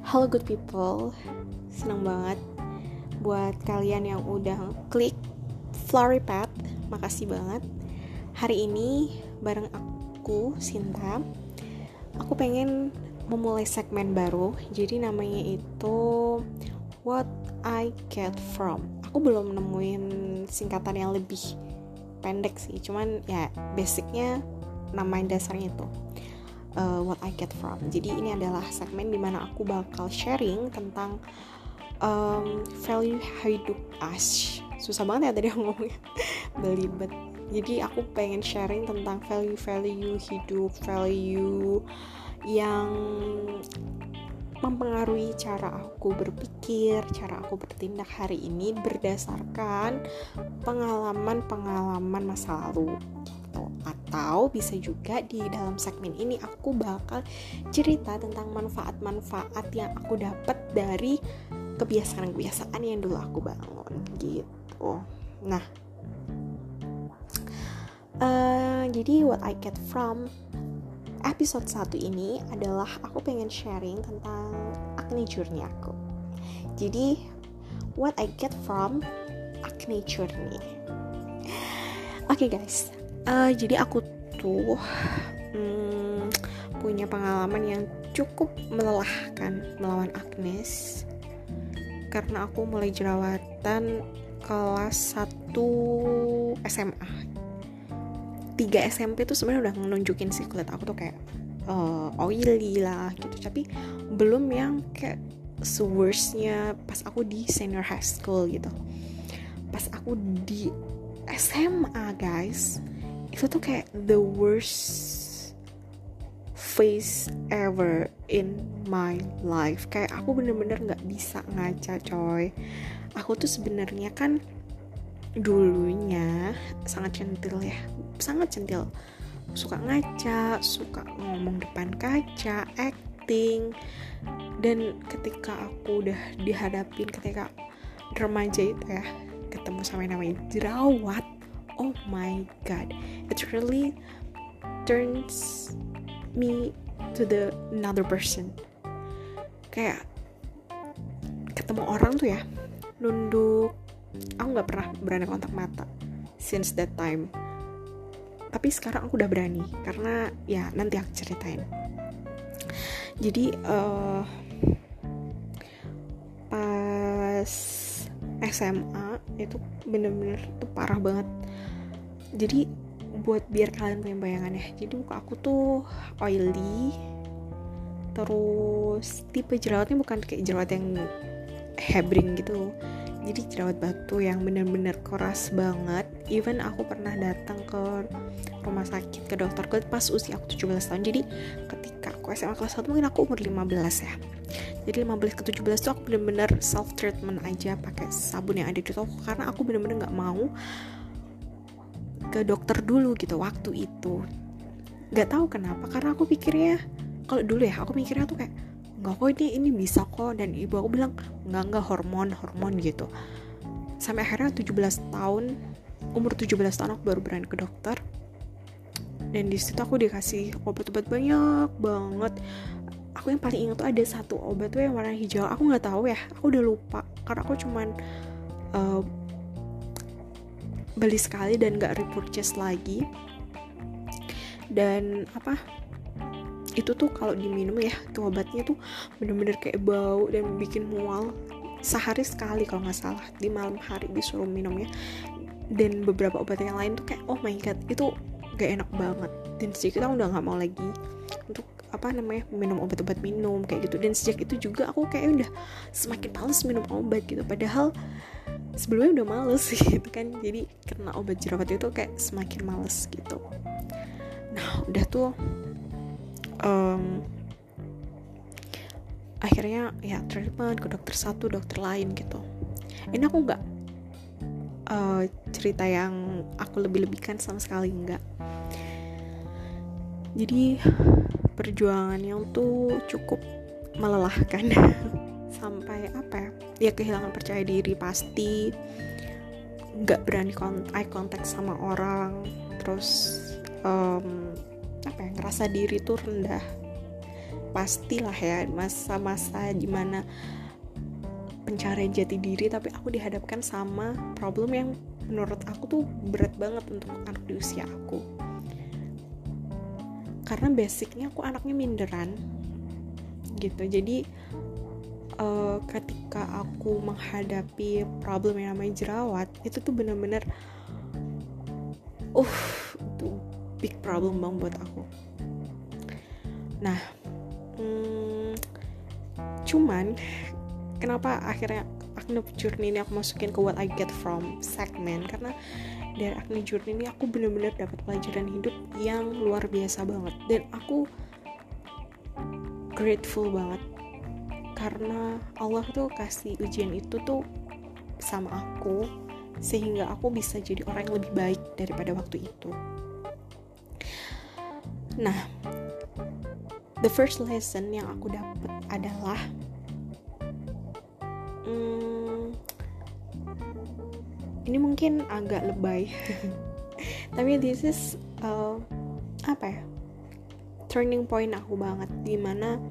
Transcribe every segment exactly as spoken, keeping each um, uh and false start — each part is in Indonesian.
Halo good people, senang banget buat kalian yang udah klik Flowery Path, makasih banget. Hari ini bareng aku, Sinta, aku pengen memulai segmen baru. Jadi namanya itu What I Get From. Aku belum nemuin singkatan yang lebih pendek sih, cuman ya basicnya nama dasarnya itu Uh, what I get from. Jadi ini adalah segmen dimana aku bakal sharing tentang um, value hidup us. Susah banget ya tadi aku ngomongnya, belibet. Jadi aku pengen sharing tentang value-value hidup, value yang mempengaruhi cara aku berpikir, cara aku bertindak hari ini berdasarkan pengalaman-pengalaman masa lalu. Atau bisa juga di dalam segmen ini aku bakal cerita tentang manfaat-manfaat yang aku dapat dari kebiasaan-kebiasaan yang dulu aku bangun gitu. Nah, uh, jadi what I get from episode satu ini adalah aku pengen sharing tentang acne journey aku. Jadi what I get from acne journey. Oke okay guys, Uh, jadi aku tuh hmm, punya pengalaman yang cukup melelahkan melawan acne karena aku mulai jerawatan kelas satu S M A. tiga S M P tuh sebenarnya udah nunjukin sih kulit aku tuh kayak uh, oily lah gitu, tapi belum yang kayak se-worstnya pas aku di senior high school gitu. Pas aku di S M A guys, itu tuh kayak the worst phase ever in my life. Kayak aku bener-bener gak bisa ngaca coy. Aku tuh sebenarnya kan dulunya sangat centil ya, sangat centil, suka ngaca, suka ngomong depan kaca, acting. Dan ketika aku udah dihadapin ketika remaja itu ya, ketemu sama yang namanya jerawat, oh my god, it really turns me to the another person. Kayak ketemu orang tuh ya, nunduk, aku nggak pernah berani kontak mata since that time. Tapi sekarang aku udah berani karena ya nanti aku ceritain. Jadi uh, pas S M A itu bener-bener tuh parah banget. Jadi buat biar kalian punya bayangan ya, jadi muka aku tuh oily, terus tipe jerawatnya bukan kayak jerawat yang hebring gitu, jadi jerawat batu yang bener-bener keras banget. Even aku pernah datang ke rumah sakit ke dokter kulit pas usia aku tujuh belas tahun. Jadi ketika aku S M A kelas satu, mungkin aku umur lima belas ya, jadi lima belas ke tujuh belas tuh aku bener-bener self treatment aja pakai sabun yang ada di toko, karena aku bener-bener gak mau ke dokter dulu gitu waktu itu. Gak tahu kenapa, karena aku pikirnya kalau dulu ya aku mikirnya tuh kayak enggak kok, ini ini bisa kok, dan ibu aku bilang enggak enggak hormon hormon gitu. Sampai akhirnya tujuh belas tahun, umur tujuh belas tahun aku baru berani ke dokter, dan di situ aku dikasih obat-obat banyak banget. Aku yang paling ingat tuh ada satu obat tuh yang warna hijau, aku nggak tahu ya, aku udah lupa karena aku cuman uh, beli sekali dan gak repurchase lagi. Dan apa itu tuh kalau diminum ya, tuh obatnya tuh bener-bener kayak bau dan bikin mual. Sehari sekali kalau nggak salah, di malam hari disuruh minumnya. Dan beberapa obat yang lain tuh kayak oh my god, itu gak enak banget. Dan sejak itu aku udah nggak mau lagi untuk apa namanya minum obat-obat minum kayak gitu. Dan sejak itu juga aku kayak udah semakin males minum obat gitu, padahal sebelumnya udah males gitu kan. Jadi karena obat jerawat itu kayak semakin males gitu. Nah udah tuh um, akhirnya ya treatment ke dokter satu, dokter lain gitu. Ini aku gak uh, cerita yang aku lebih-lebihkan sama sekali, enggak. Jadi perjuangannya tuh cukup melelahkan. Sampai apa ya, ya kehilangan percaya diri pasti, gak berani kont- eye contact sama orang, terus um, apa ya, ngerasa diri tuh rendah. pastilah ya masa-masa dimana pencarian jati diri, tapi aku dihadapkan sama problem yang menurut aku tuh berat banget untuk anak di usia aku. Karena basicnya aku anaknya minderan gitu. Jadi uh, ketika aku menghadapi problem yang namanya jerawat, itu tuh benar-benar uh itu big problem bang buat aku. Nah, hmm, cuman kenapa akhirnya acne journey ini aku masukin ke what I get from segment, karena dari acne journey ini aku benar-benar dapat pelajaran hidup yang luar biasa banget, dan aku grateful banget karena Allah tuh kasih ujian itu tuh sama aku sehingga aku bisa jadi orang yang lebih baik daripada waktu itu. Nah, the first lesson yang aku dapat adalah hmm, ini mungkin agak lebay tapi this is uh, apa ya turning point aku banget, dimana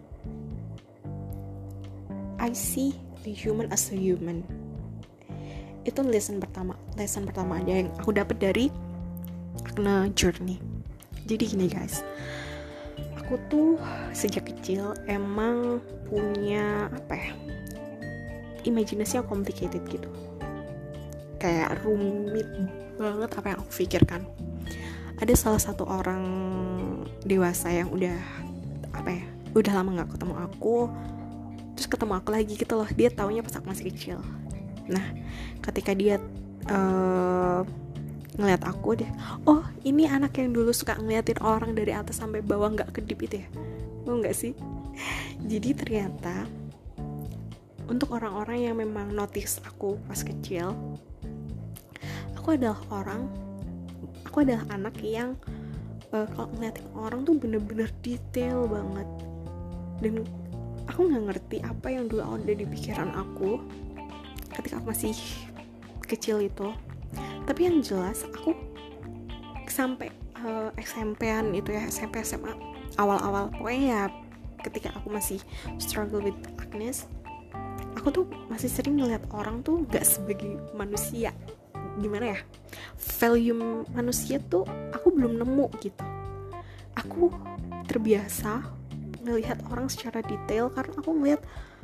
I see the human as a human. Itu lesson pertama lesson pertama aja yang aku dapat dari acne journey. Jadi gini guys, aku tuh sejak kecil emang punya apa ya, imajinasi yang complicated gitu, kayak rumit banget apa yang aku pikirkan. Ada salah satu orang dewasa yang udah apa ya, udah lama nggak ketemu aku, terus ketemu aku lagi gitu loh. Dia taunya pas aku masih kecil. Nah, ketika dia uh, ngeliat aku, dia, oh ini anak yang dulu suka ngeliatin orang dari atas sampai bawah nggak kedip itu ya, mau nggak sih? Jadi ternyata untuk orang-orang yang memang notice aku pas kecil, aku adalah orang, aku adalah anak yang uh, kalau ngeliatin orang tuh bener-bener detail banget, dan aku nggak ngerti apa yang dulu ada di pikiran aku ketika aku masih kecil itu. Tapi yang jelas aku sampai uh, S M P-an itu ya, S M P S M A awal-awal, pokoknya ya ketika aku masih struggle with acne, aku tuh masih sering ngeliat orang tuh gak sebagai manusia. Gimana ya, value manusia tuh aku belum nemu gitu. Aku terbiasa ngelihat orang secara detail karena aku ngeliat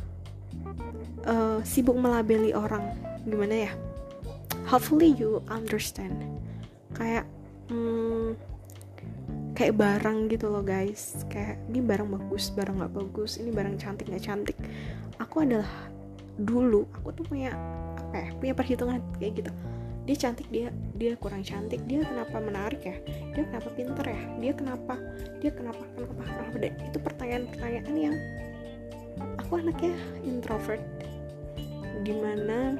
uh, sibuk melabeli orang. Gimana ya, hopefully you understand, kayak hmm, kayak barang gitu loh guys, kayak ini barang bagus, barang nggak bagus, ini barang cantik nggak cantik. Aku adalah dulu aku tuh punya apa ya, punya perhitungan kayak gitu. Dia cantik, dia dia kurang cantik, dia kenapa menarik ya, dia kenapa pinter ya, dia kenapa dia kenapa kenapa kenapa dan itu pertanyaan-pertanyaan yang aku anaknya introvert, dimana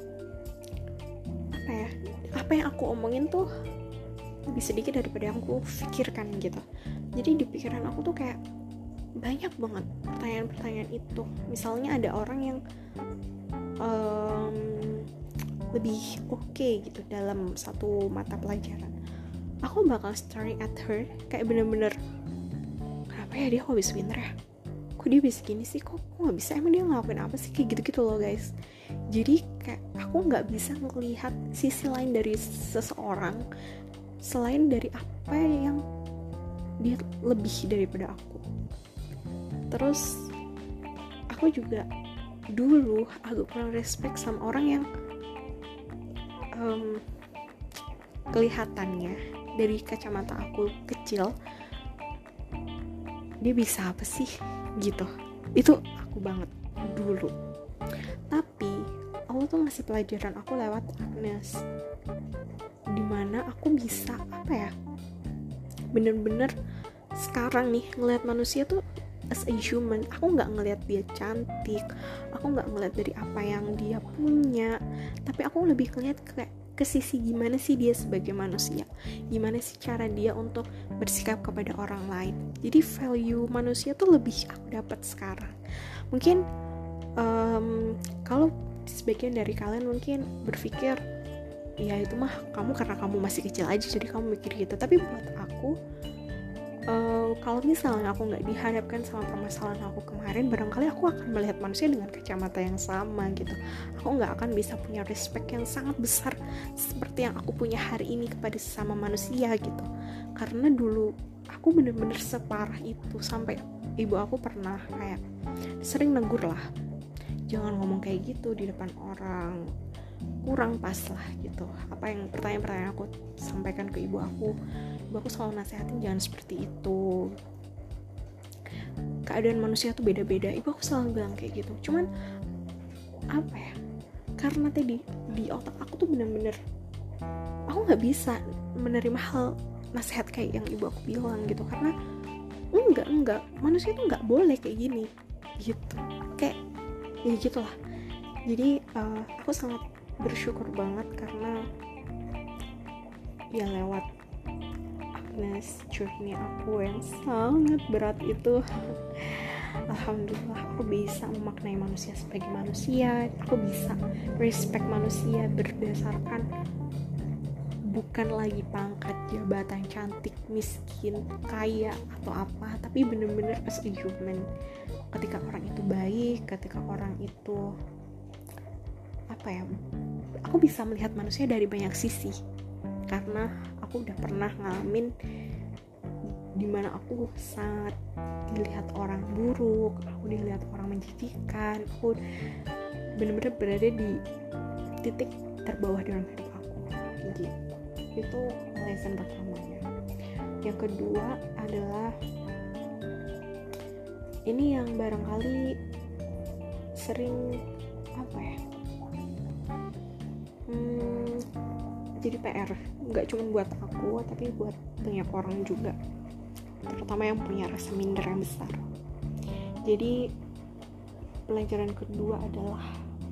apa ya, apa yang aku omongin tuh lebih sedikit daripada yang aku pikirkan gitu. Jadi di pikiran aku tuh kayak banyak banget pertanyaan-pertanyaan itu. Misalnya ada orang yang um, lebih oke okay gitu dalam satu mata pelajaran, aku bakal staring at her kayak bener-bener, kenapa ya dia kok bisa pinter ya, kok dia bisa gini sih, kok kok nggak bisa, emang dia ngelakuin apa sih, kayak gitu-gitu loh guys. Jadi kayak aku nggak bisa ngelihat sisi lain dari seseorang selain dari apa yang dia lebih daripada aku. Terus aku juga dulu agak kurang respect sama orang yang um, kelihatannya dari kacamata aku kecil dia bisa apa sih gitu. Itu aku banget dulu. Tapi Allah tuh ngasih pelajaran aku lewat Agnes, dimana aku bisa apa ya, bener-bener sekarang nih ngelihat manusia tuh as a human. Aku nggak ngelihat dia cantik, aku nggak ngelihat dari apa yang dia punya, tapi aku lebih ngelihat kayak ke sisi gimana sih dia sebagai manusia, gimana sih cara dia untuk bersikap kepada orang lain. Jadi value manusia tuh lebih aku dapat sekarang. Mungkin um, kalau sebagian dari kalian mungkin berpikir ya itu mah kamu karena kamu masih kecil aja jadi kamu mikir gitu, tapi buat aku um, gitu. Kalau misalnya aku nggak dihadapkan sama permasalahan aku kemarin, barangkali aku akan melihat manusia dengan kacamata yang sama gitu. Aku nggak akan bisa punya respect yang sangat besar seperti yang aku punya hari ini kepada sesama manusia gitu. Karena dulu aku bener-bener separah itu, sampai ibu aku pernah kayak sering negur lah, jangan ngomong kayak gitu di depan orang, kurang pas lah gitu. Apa yang pertanyaan-pertanyaan aku sampaikan ke ibu aku, ibu aku selalu nasehatin jangan seperti itu, keadaan manusia tuh beda-beda. Ibu aku selalu bilang kayak gitu. Cuman apa ya, karena tadi di otak aku tuh bener-bener aku nggak bisa menerima hal nasihat kayak yang ibu aku bilang gitu. Karena enggak enggak manusia tuh nggak boleh kayak gini gitu, kayak ya gitulah. Jadi uh, aku sangat bersyukur banget karena ya lewat Agnes journey aku yang sangat berat itu alhamdulillah aku bisa memaknai manusia sebagai manusia. Aku bisa respect manusia berdasarkan bukan lagi pangkat, jabatan, cantik, miskin, kaya atau apa, tapi bener-bener as a human. Ketika orang itu baik, ketika orang itu apa ya, aku bisa melihat manusia dari banyak sisi karena aku udah pernah ngalamin dimana aku sangat dilihat orang buruk, aku dilihat orang menjijikkan, aku bener-bener berada di titik terbawah dalam hidup aku gitu. Itu lesson pertamanya. Yang kedua adalah ini yang barangkali sering apa ya hmm, jadi P R, nggak cuma buat aku tapi buat banyak orang juga, terutama yang punya rasa minder yang besar. Jadi pelajaran kedua adalah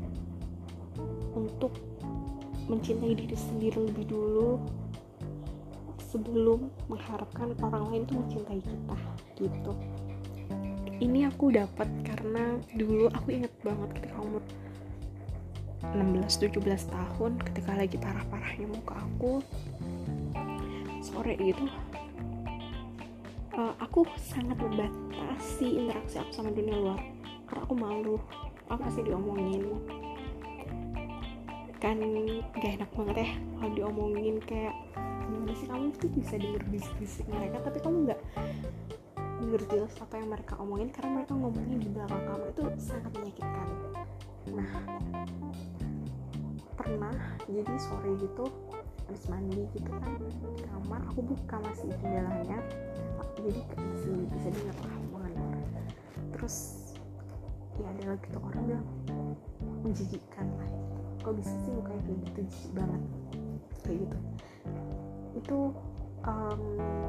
untuk mencintai diri sendiri lebih dulu sebelum mengharapkan orang lain tuh mencintai kita gitu. Ini aku dapat karena dulu aku inget banget ketika umur enam belas tujuh belas tahun, ketika lagi parah-parahnya muka aku, sore itu uh, aku sangat membatasi interaksi aku sama dunia luar karena aku malu, aku pasti diomongin kan, gak enak banget ya kalau diomongin kayak gimana sih kamu tuh bisa denger bisik-bisik mereka tapi kamu gak denger jelas apa yang mereka omongin karena mereka ngomongin di belakang kamu. Itu sangat menyakitkan. Nah pernah jadi sore gitu habis mandi gitu kan di kamar, aku buka masih jendelanya jadi bisa, bisa denger lah omongan orang. Terus ya ada lagi tuh orang bilang menjijikkan lah, kok bisa sih mukanya kayak gitu, jijik banget kayak gitu. Itu um,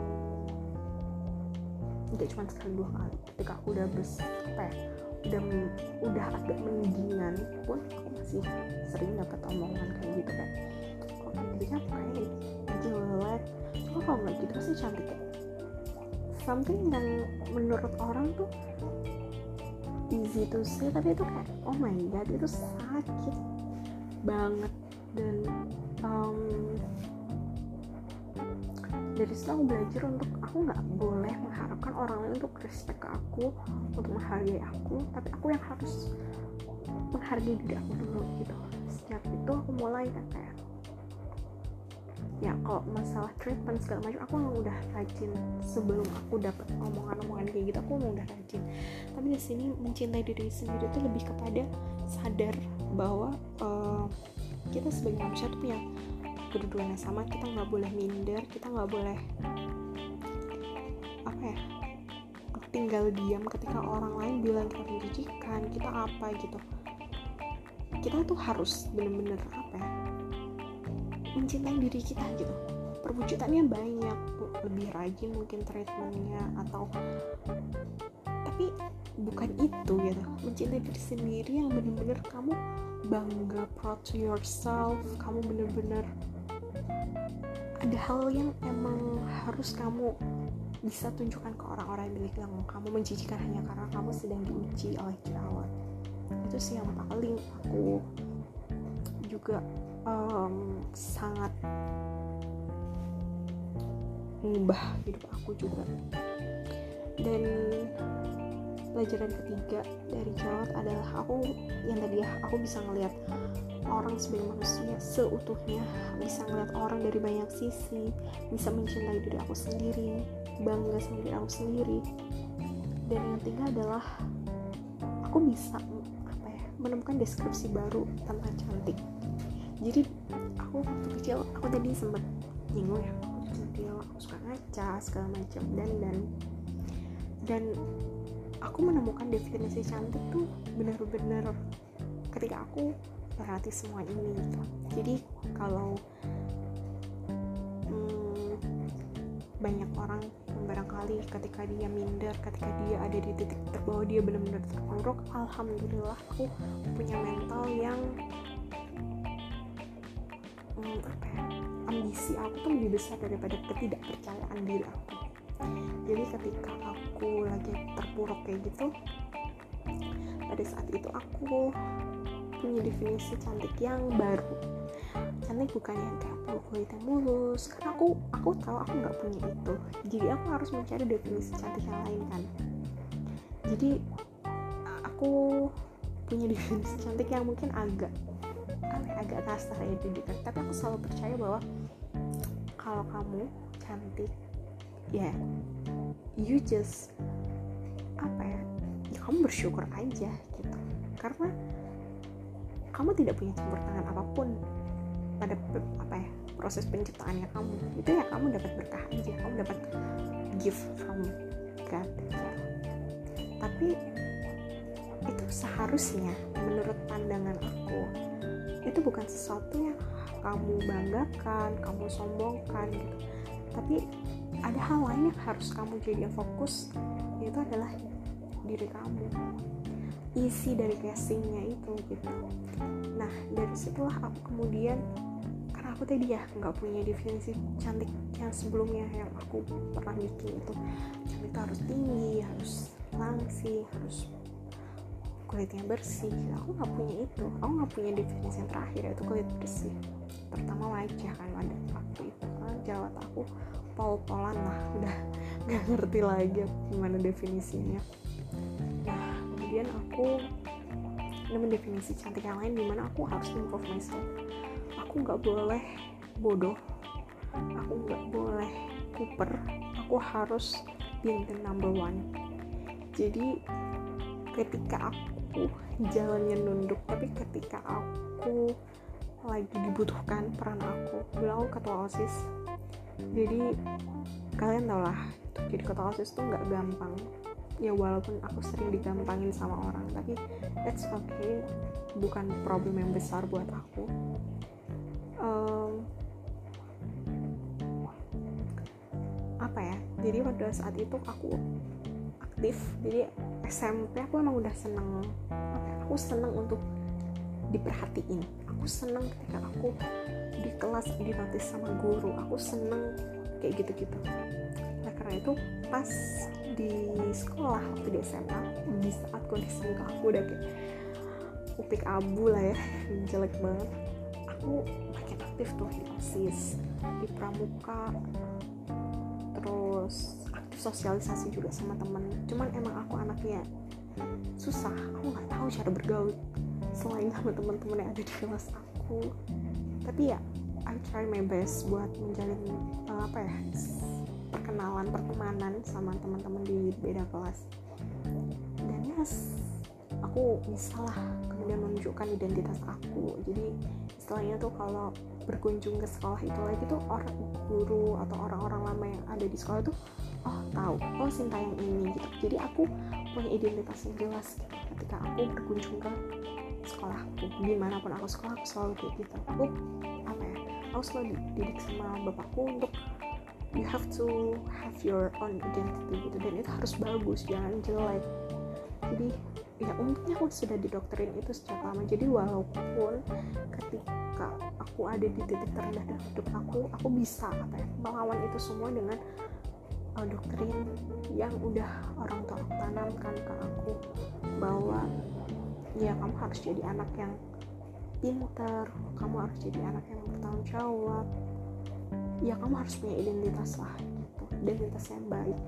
gak cuma sekali dua kali, ketika aku udah besar apa ya udah udah agak mendingan pun aku masih sering dapat omongan kayak gitu kan, kok cantiknya kayak jelek, kok kalau nggak gitu sih cantik ya, something yang menurut orang tuh easy to say tapi itu kayak oh my god itu sakit banget. Dan um, dari situ aku belajar untuk aku nggak boleh mengharapkan orang lain untuk respect ke aku, untuk menghargai aku, tapi aku yang harus menghargai diri aku dulu gitu. Sejak itu aku mulai kan kayak ya kalau masalah treatment segala macam aku emang udah rajin. Sebelum aku dapat omongan-omongan kayak gitu aku emang udah rajin, tapi di sini mencintai diri sendiri itu lebih kepada sadar bahwa uh, kita sebagai manusia tuh punya kedudukan yang sama, kita nggak boleh minder, kita nggak boleh apa ya tinggal diam ketika orang lain bilang kita menjijikan, kita apa gitu. Kita tuh harus bener-bener apa ya mencintai diri kita gitu. Perwujudannya banyak, lebih rajin mungkin treatmentnya atau tapi bukan itu gitu. Mencintai diri sendiri yang bener-bener kamu bangga, proud to yourself, kamu bener-bener ada hal yang emang harus kamu bisa tunjukkan ke orang-orang yang bilang kamu menjijikan hanya karena kamu sedang diuji oleh jerawat. Itu sih yang paling aku juga um, sangat mengubah hidup aku juga. pelajaran ketiga dari jerawat adalah aku yang tadi ya, aku bisa ngelihat orang sebagai manusia seutuhnya, bisa ngelihat orang dari banyak sisi, bisa mencintai diri aku sendiri, bangga sama diri aku sendiri. Dan yang ketiga adalah aku bisa apa ya, menemukan deskripsi baru tentang cantik. Jadi aku waktu kecil, aku tadi sempat nyinggung ya, waktu kecil aku suka ngaca segala macam, dan dan dan aku menemukan definisi cantik tuh benar-benar ketika aku berarti semua ini gitu. Jadi kalau hmm, banyak orang yang barangkali ketika dia minder, ketika dia ada di titik terbawah, dia benar-benar terpuruk, alhamdulillah aku punya mental yang hmm, apa ya, ambisi aku tuh lebih besar daripada ketidakpercayaan diri aku. Jadi ketika aku lagi terpuruk kayak gitu, pada saat itu aku punya definisi cantik yang baru. Cantik bukan yang kayak kulit yang mulus, karena aku aku tahu aku nggak punya itu. Jadi aku harus mencari definisi cantik yang lain kan. Jadi aku punya definisi cantik yang mungkin agak agak kasar ya didikan, tapi aku selalu percaya bahwa kalau kamu cantik, ya yeah, you just apa ya, ya kamu bersyukur aja gitu, karena kamu tidak punya campur tangan apapun pada apa ya, proses penciptaannya kamu. Itu ya kamu dapat berkah aja, kamu dapat gift from God gitu. Tapi itu seharusnya menurut pandangan aku itu bukan sesuatu yang kamu banggakan, kamu sombongkan gitu. Tapi ada hal lain yang harus kamu jadikan fokus, yaitu adalah diri kamu, isi dari casingnya itu gitu. Nah dari situlah aku kemudian, karena aku tadi ya nggak punya definisi cantik yang sebelumnya yang aku pernah bikin itu, cantik itu harus tinggi, harus langsing, harus kulitnya bersih. Aku nggak punya itu, aku nggak punya definisi yang terakhir, yaitu kulit bersih. Pertama wajah kan, pada waktu itu kan jerawat aku pol-polan lah, udah nggak ngerti lagi gimana definisinya. Nah kemudian aku nemu definisi cantik yang lain, dimana aku harus improve myself. Aku nggak boleh bodoh, aku nggak boleh kuper, aku harus being the number one. Jadi ketika aku jalannya nunduk, tapi ketika aku lagi dibutuhkan peran aku, bilang aku ketua OSIS. Jadi kalian tau lah, jadi ketua OSIS tuh nggak gampang. Ya walaupun aku sering digampangin sama orang, tapi that's okay, bukan problem yang besar buat aku. Um, apa ya? Jadi pada saat itu aku aktif. Jadi S M P aku emang udah seneng, apa ya, aku seneng untuk diperhatiin. Aku seneng ketika aku di kelas dinotis sama guru. Aku seneng kayak gitu-gitu. Nah karena itu pas di sekolah waktu di S M A, di saat kondisi muka aku udah kayak upik abu lah ya, jelek banget, aku makin aktif tuh di OSIS, di pramuka, terus aktif sosialisasi juga sama temen. Cuman emang aku anaknya susah, aku nggak tahu cara bergaul selain sama teman-teman yang ada di kelas aku. Tapi ya I try my best buat menjalin uh, apa ya, perkenalan, pertemanan sama teman-teman di beda kelas. Dan yes, aku bisa lah kemudian menunjukkan identitas aku. Jadi istilahnya tuh kalau berkunjung ke sekolah itu lagi tuh orang guru atau orang-orang lama yang ada di sekolah tuh oh tahu, oh Sinta yang ini gitu. Jadi aku punya identitas yang jelas gitu. Ketika aku berkunjung ke sekolahku, dimanapun aku sekolah, aku selalu kayak gitu. Aku apa ya, aku selalu dididik sama bapakku untuk you have to have your own identity gitu, dan itu harus bagus, jangan jelek. Jadi ya untungnya aku sudah didoktrin itu sejak lama. Jadi walaupun ketika aku ada di titik terendah dalam hidup aku, aku bisa apa ya, melawan itu semua dengan uh, doktrin yang udah orang tua aku tanamkan ke aku, bahwa ya kamu harus jadi anak yang pintar, kamu harus jadi anak yang bertanggung jawab, ya kamu harus punya identitas lah gitu, identitas yang baik.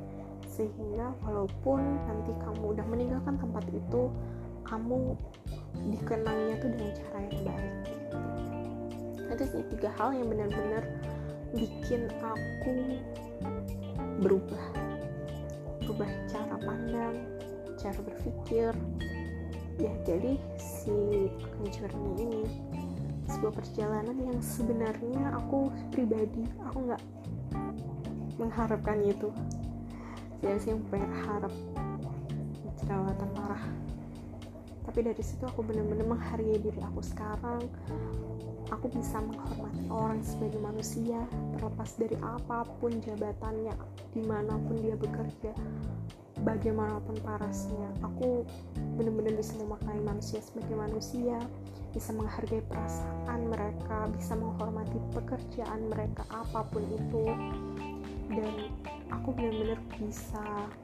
sehingga walaupun nanti kamu udah meninggalkan tempat itu, kamu dikenangnya tuh dengan cara yang baik. Itu sih tiga hal yang benar-benar bikin aku berubah berubah cara pandang, cara berpikir. Ya, jadi si Acne Journey ini sebuah perjalanan yang sebenarnya aku pribadi aku nggak mengharapkan itu. Saya sih berharap jerawatan parah, tapi dari situ aku benar-benar menghargai diri aku sekarang. Aku bisa menghormati orang sebagai manusia, terlepas dari apapun jabatannya, dimanapun dia bekerja, bagaimanapun parasnya. Aku benar-benar bisa memaknai manusia sebagai manusia, bisa menghargai perasaan mereka, bisa menghormati pekerjaan mereka apapun itu, dan aku benar-benar bisa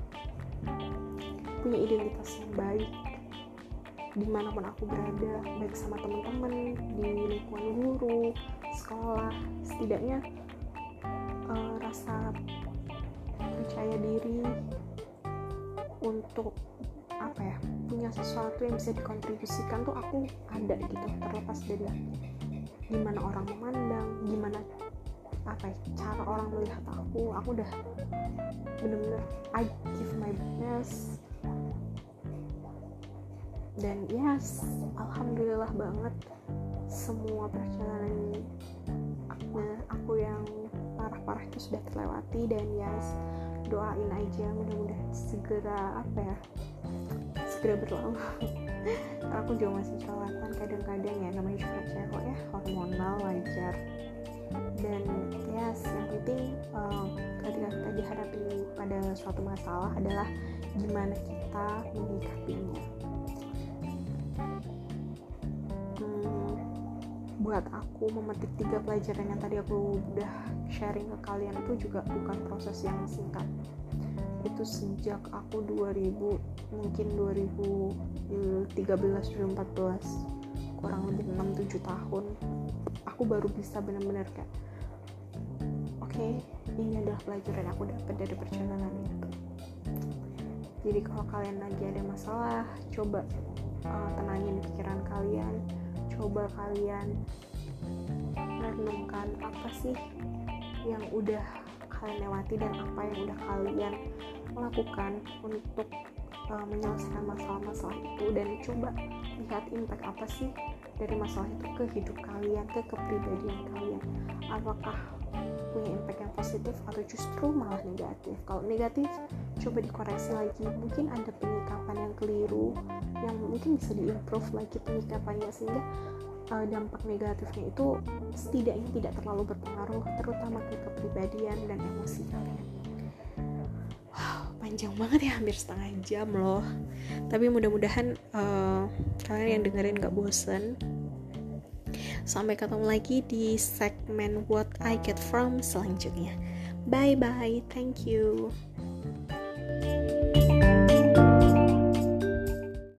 punya identitas yang baik dimanapun aku berada, baik sama teman-teman, di lingkungan guru, sekolah. Setidaknya uh, rasa percaya diri untuk apa ya, punya sesuatu yang bisa dikontribusikan tuh aku ada gitu, terlepas dari gimana orang memandang, gimana apa ya, cara orang melihat aku. Aku udah bener-bener I give my best. Dan yes, alhamdulillah banget semua perjalanan aku, aku yang parah-parah itu sudah terlewati. Dan yes, doain aja mudah-mudahan segera apa ya segera berlalu. Aku juga masih jerawatan kadang-kadang ya, namanya juga cewek ya, hormonal, wajar. Dan yes, yang penting uh, ketika kita dihadapi pada suatu masalah adalah gimana kita menyikapinya. hmm, Buat aku memetik tiga pelajaran yang tadi aku udah sharing ke kalian itu juga bukan proses yang singkat. Itu sejak aku dua ribu mungkin dua ribu tiga belas dua ribu empat belas, kurang lebih enam tujuh tahun, aku baru bisa benar-benar kayak oke, okay, ini adalah pelajaran yang aku dapat dari perjalanan itu. Jadi kalau kalian lagi ada masalah, coba uh, tenangin pikiran kalian, coba kalian renungkan apa sih yang udah kalian lewati dan apa yang udah kalian lakukan untuk uh, menyelesaikan masalah-masalah itu, dan coba lihat impact apa sih dari masalah itu ke hidup kalian, ke kepribadian kalian. Apakah punya impact yang positif atau justru malah negatif? Kalau negatif, coba dikoreksi lagi. Mungkin ada penyikapan yang keliru yang mungkin bisa diimprove lagi penyikapannya, sehingga uh, dampak negatifnya itu setidaknya tidak terlalu berpengaruh, terutama ke kepribadian dan emosi kalian. Wow, panjang banget ya, hampir setengah jam loh. Tapi mudah-mudahan uh, kalian yang dengerin gak bosen. Sampai ketemu lagi di segmen What I Get From selanjutnya. Bye bye, thank you.